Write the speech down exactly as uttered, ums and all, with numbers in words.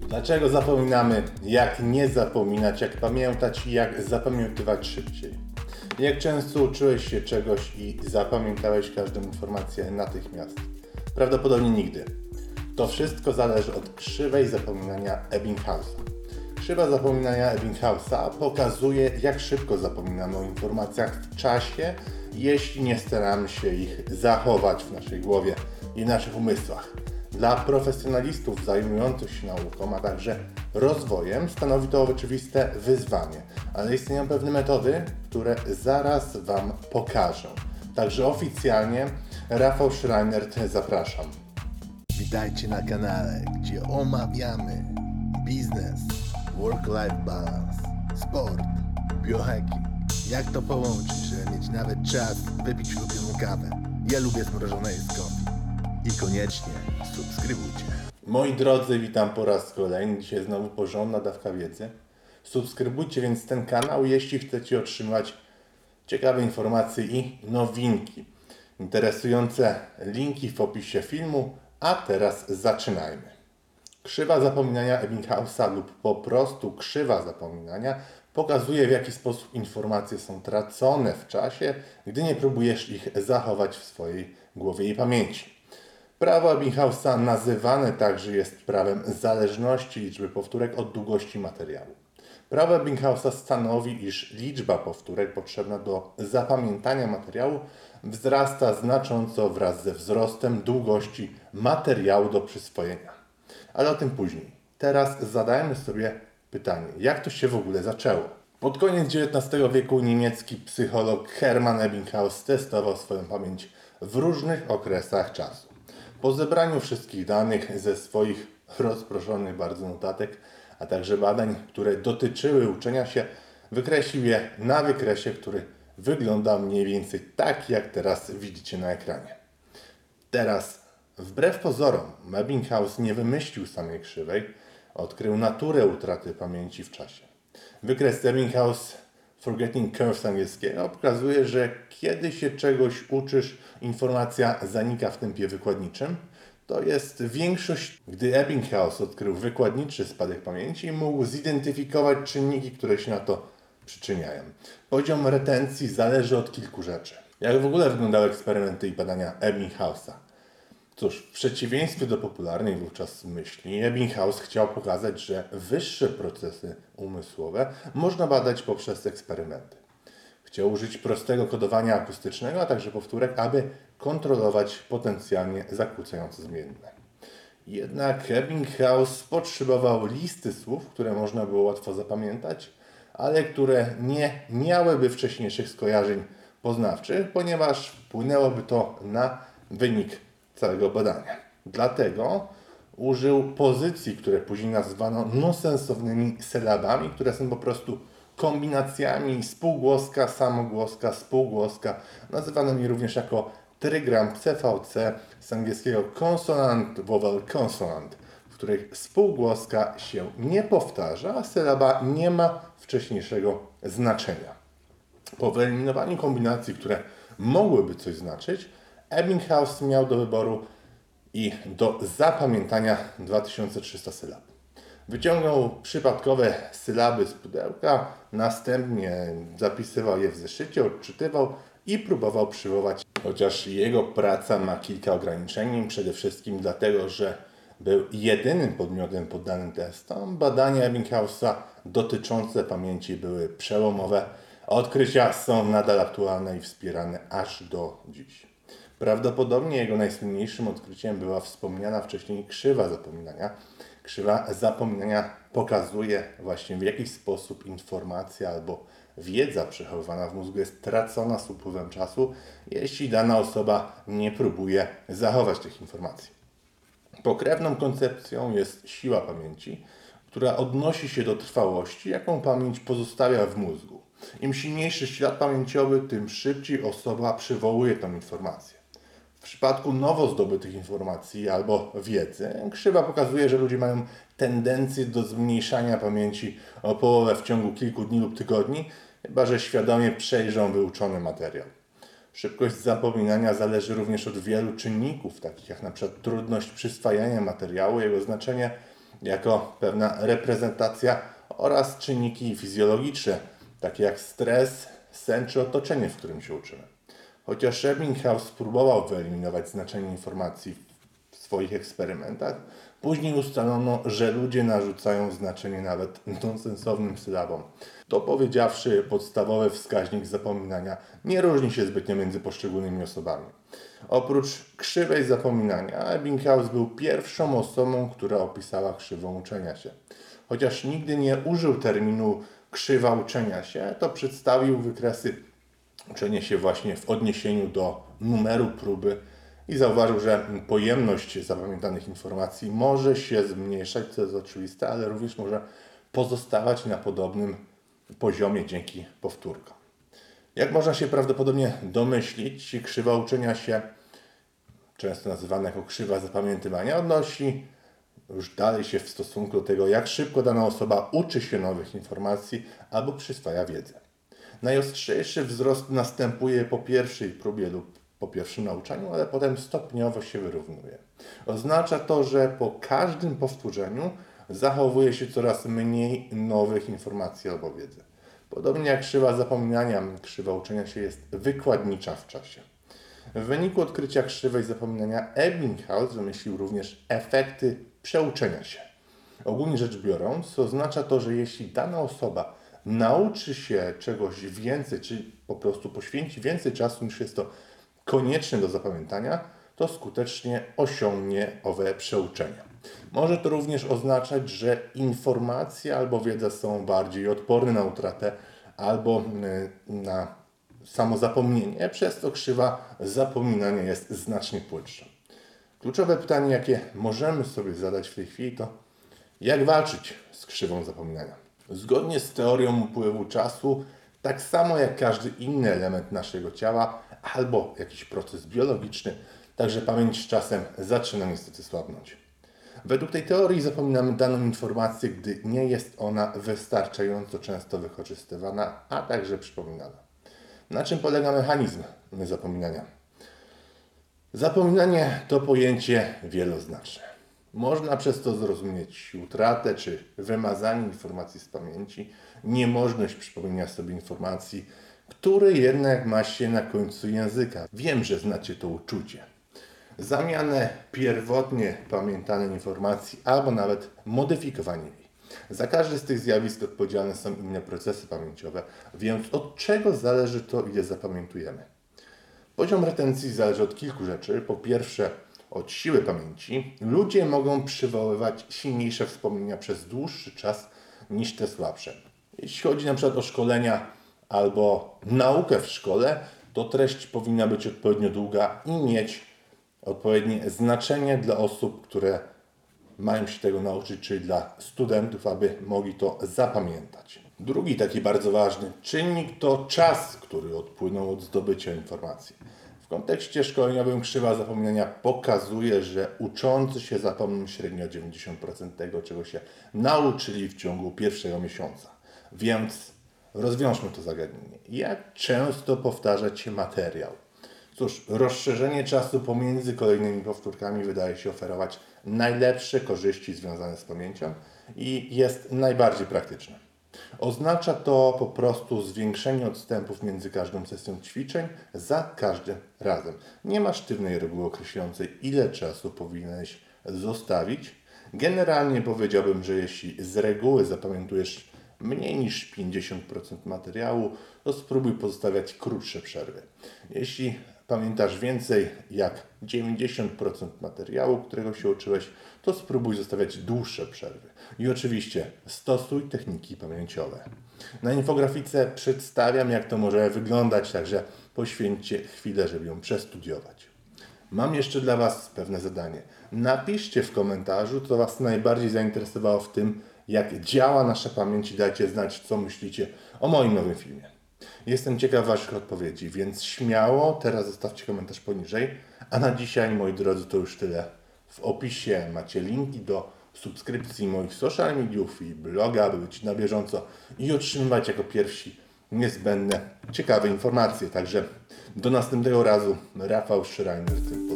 Dlaczego zapominamy? Jak nie zapominać? Jak pamiętać i jak zapamiętywać szybciej? Jak często uczyłeś się czegoś i zapamiętałeś każdą informację natychmiast? Prawdopodobnie nigdy. To wszystko zależy od krzywej zapominania Ebbinghausa. Krzywa zapominania Ebbinghausa pokazuje, jak szybko zapominamy o informacjach w czasie, jeśli nie staramy się ich zachować w naszej głowie i w naszych umysłach. Dla profesjonalistów zajmujących się nauką, a także rozwojem stanowi to oczywiste wyzwanie, ale istnieją pewne metody, które zaraz Wam pokażę. Także oficjalnie Rafał Schreiner, zapraszam. Witajcie na kanale, gdzie omawiamy biznes, work-life balance, sport, biohacking. Jak to połączyć, żeby mieć nawet czas wypić ulubioną kawę? Ja lubię zmrożone jest coffee. I koniecznie subskrybujcie. Moi drodzy, witam po raz kolejny. Dzisiaj znowu porządna dawka wiedzy. Subskrybujcie więc ten kanał, jeśli chcecie otrzymywać ciekawe informacje i nowinki. Interesujące linki w opisie filmu, a teraz zaczynajmy. Krzywa zapominania Ebbinghausa lub po prostu krzywa zapominania pokazuje, w jaki sposób informacje są tracone w czasie, gdy nie próbujesz ich zachować w swojej głowie i pamięci. Prawo Ebbinghausa nazywane także jest prawem zależności liczby powtórek od długości materiału. Prawo Ebbinghausa stanowi, iż liczba powtórek potrzebna do zapamiętania materiału wzrasta znacząco wraz ze wzrostem długości materiału do przyswojenia. Ale o tym później. Teraz zadajmy sobie pytanie, jak to się w ogóle zaczęło? Pod koniec dziewiętnastego wieku niemiecki psycholog Hermann Ebbinghaus testował swoją pamięć w różnych okresach czasu. Po zebraniu wszystkich danych ze swoich rozproszonych bardzo notatek, a także badań, które dotyczyły uczenia się, wykreślił je na wykresie, który wygląda mniej więcej tak, jak teraz widzicie na ekranie. Teraz, wbrew pozorom, Ebbinghaus nie wymyślił samej krzywej, odkrył naturę utraty pamięci w czasie. Wykres Ebbinghaus Forgetting Curve z angielskiego pokazuje, że kiedy się czegoś uczysz, informacja zanika w tempie wykładniczym. To jest większość, gdy Ebbinghaus odkrył wykładniczy spadek pamięci, mógł zidentyfikować czynniki, które się na to przyczyniają. Poziom retencji zależy od kilku rzeczy. Jak w ogóle wyglądały eksperymenty i badania Ebbinghausa? Cóż, w przeciwieństwie do popularnej wówczas myśli, Ebbinghaus chciał pokazać, że wyższe procesy umysłowe można badać poprzez eksperymenty. Chciał użyć prostego kodowania akustycznego, a także powtórek, aby kontrolować potencjalnie zakłócające zmienne. Jednak Ebbinghaus potrzebował listy słów, które można było łatwo zapamiętać, ale które nie miałyby wcześniejszych skojarzeń poznawczych, ponieważ wpłynęłoby to na wynik całego badania. Dlatego użył pozycji, które później nazwano nonsensownymi sylabami, które są po prostu kombinacjami spółgłoska, samogłoska, spółgłoska, nazywanymi również jako trygram C V C z angielskiego consonant, vowel, consonant, w których spółgłoska się nie powtarza, a sylaba nie ma wcześniejszego znaczenia. Po wyeliminowaniu kombinacji, które mogłyby coś znaczyć, Ebbinghaus miał do wyboru i do zapamiętania dwa tysiące trzysta sylab. Wyciągnął przypadkowe sylaby z pudełka, następnie zapisywał je w zeszycie, odczytywał i próbował przywołać. Chociaż jego praca ma kilka ograniczeń, przede wszystkim dlatego, że był jedynym podmiotem poddanym testom, badania Ebbinghausa dotyczące pamięci były przełomowe, a odkrycia są nadal aktualne i wspierane aż do dziś. Prawdopodobnie jego najsłynniejszym odkryciem była wspomniana wcześniej krzywa zapominania. Krzywa zapominania pokazuje właśnie, w jaki sposób informacja albo wiedza przechowywana w mózgu jest tracona z upływem czasu, jeśli dana osoba nie próbuje zachować tych informacji. Pokrewną koncepcją jest siła pamięci, która odnosi się do trwałości, jaką pamięć pozostawia w mózgu. Im silniejszy ślad pamięciowy, tym szybciej osoba przywołuje tą informację. W przypadku nowo zdobytych informacji albo wiedzy, krzywa pokazuje, że ludzie mają tendencję do zmniejszania pamięci o połowę w ciągu kilku dni lub tygodni, chyba że świadomie przejrzą wyuczony materiał. Szybkość zapominania zależy również od wielu czynników, takich jak na przykład trudność przyswajania materiału, jego znaczenie jako pewna reprezentacja oraz czynniki fizjologiczne, takie jak stres, sen czy otoczenie, w którym się uczymy. Chociaż Ebbinghaus próbował wyeliminować znaczenie informacji w swoich eksperymentach, później ustalono, że ludzie narzucają znaczenie nawet nonsensownym sylabom. To powiedziawszy, podstawowy wskaźnik zapominania nie różni się zbytnio między poszczególnymi osobami. Oprócz krzywej zapominania, Ebbinghaus był pierwszą osobą, która opisała krzywą uczenia się. Chociaż nigdy nie użył terminu krzywa uczenia się, to przedstawił wykresy uczenia się właśnie w odniesieniu do numeru próby i zauważył, że pojemność zapamiętanych informacji może się zmniejszać, co jest oczywiste, ale również może pozostawać na podobnym poziomie dzięki powtórkom. Jak można się prawdopodobnie domyślić, krzywa uczenia się, często nazywana jako krzywa zapamiętywania, odnosi już dalej się w stosunku do tego, jak szybko dana osoba uczy się nowych informacji albo przyswaja wiedzę. Najostrzejszy wzrost następuje po pierwszej próbie lub po pierwszym nauczaniu, ale potem stopniowo się wyrównuje. Oznacza to, że po każdym powtórzeniu zachowuje się coraz mniej nowych informacji albo wiedzy. Podobnie jak krzywa zapominania, krzywa uczenia się jest wykładnicza w czasie. W wyniku odkrycia krzywej zapominania Ebbinghaus wymyślił również efekty przeuczenia się. Ogólnie rzecz biorąc, oznacza to, że jeśli dana osoba nauczy się czegoś więcej, czy po prostu poświęci więcej czasu niż jest to konieczne do zapamiętania, to skutecznie osiągnie owe przeuczenie. Może to również oznaczać, że informacje albo wiedza są bardziej odporne na utratę albo na samo zapomnienie, przez co krzywa zapominania jest znacznie płytsza. Kluczowe pytanie, jakie możemy sobie zadać w tej chwili, to jak walczyć z krzywą zapominania? Zgodnie z teorią upływu czasu, tak samo jak każdy inny element naszego ciała albo jakiś proces biologiczny, także pamięć z czasem zaczyna niestety słabnąć. Według tej teorii zapominamy daną informację, gdy nie jest ona wystarczająco często wykorzystywana, a także przypominana. Na czym polega mechanizm zapominania? Zapominanie to pojęcie wieloznaczne. Można przez to zrozumieć utratę czy wymazanie informacji z pamięci, niemożność przypomnienia sobie informacji, które jednak ma się na końcu języka. Wiem, że znacie to uczucie. Zamianę pierwotnie pamiętanej informacji albo nawet modyfikowanie jej. Za każde z tych zjawisk odpowiedzialne są inne procesy pamięciowe, więc od czego zależy to, ile zapamiętujemy? Poziom retencji zależy od kilku rzeczy. Po pierwsze, od siły pamięci. Ludzie mogą przywoływać silniejsze wspomnienia przez dłuższy czas niż te słabsze. Jeśli chodzi na przykład o szkolenia albo naukę w szkole, to treść powinna być odpowiednio długa i mieć odpowiednie znaczenie dla osób, które mają się tego nauczyć, czyli dla studentów, aby mogli to zapamiętać. Drugi taki bardzo ważny czynnik to czas, który odpłynął od zdobycia informacji. W kontekście szkoleniowym krzywa zapominania pokazuje, że uczący się zapomną średnio dziewięćdziesiąt procent tego, czego się nauczyli w ciągu pierwszego miesiąca. Więc rozwiążmy to zagadnienie. Jak często powtarzać się materiał? Cóż, rozszerzenie czasu pomiędzy kolejnymi powtórkami wydaje się oferować najlepsze korzyści związane z pamięcią i jest najbardziej praktyczne. Oznacza to po prostu zwiększenie odstępów między każdą sesją ćwiczeń za każdym razem. Nie ma sztywnej reguły określającej, ile czasu powinieneś zostawić. Generalnie powiedziałbym, że jeśli z reguły zapamiętujesz mniej niż pięćdziesiąt procent materiału, to spróbuj pozostawiać krótsze przerwy. Jeśli pamiętasz więcej jak dziewięćdziesiąt procent materiału, którego się uczyłeś, to spróbuj zostawiać dłuższe przerwy. I oczywiście stosuj techniki pamięciowe. Na infografice przedstawiam, jak to może wyglądać, także poświęćcie chwilę, żeby ją przestudiować. Mam jeszcze dla Was pewne zadanie. Napiszcie w komentarzu, co Was najbardziej zainteresowało w tym, jak działa nasza pamięć i dajcie znać, co myślicie o moim nowym filmie. Jestem ciekaw Waszych odpowiedzi, więc śmiało teraz zostawcie komentarz poniżej. A na dzisiaj, moi drodzy, to już tyle. W opisie macie linki do subskrypcji moich social mediów i bloga, aby być na bieżąco i otrzymywać jako pierwsi niezbędne, ciekawe informacje. Także do następnego razu. Rafał Schreiner.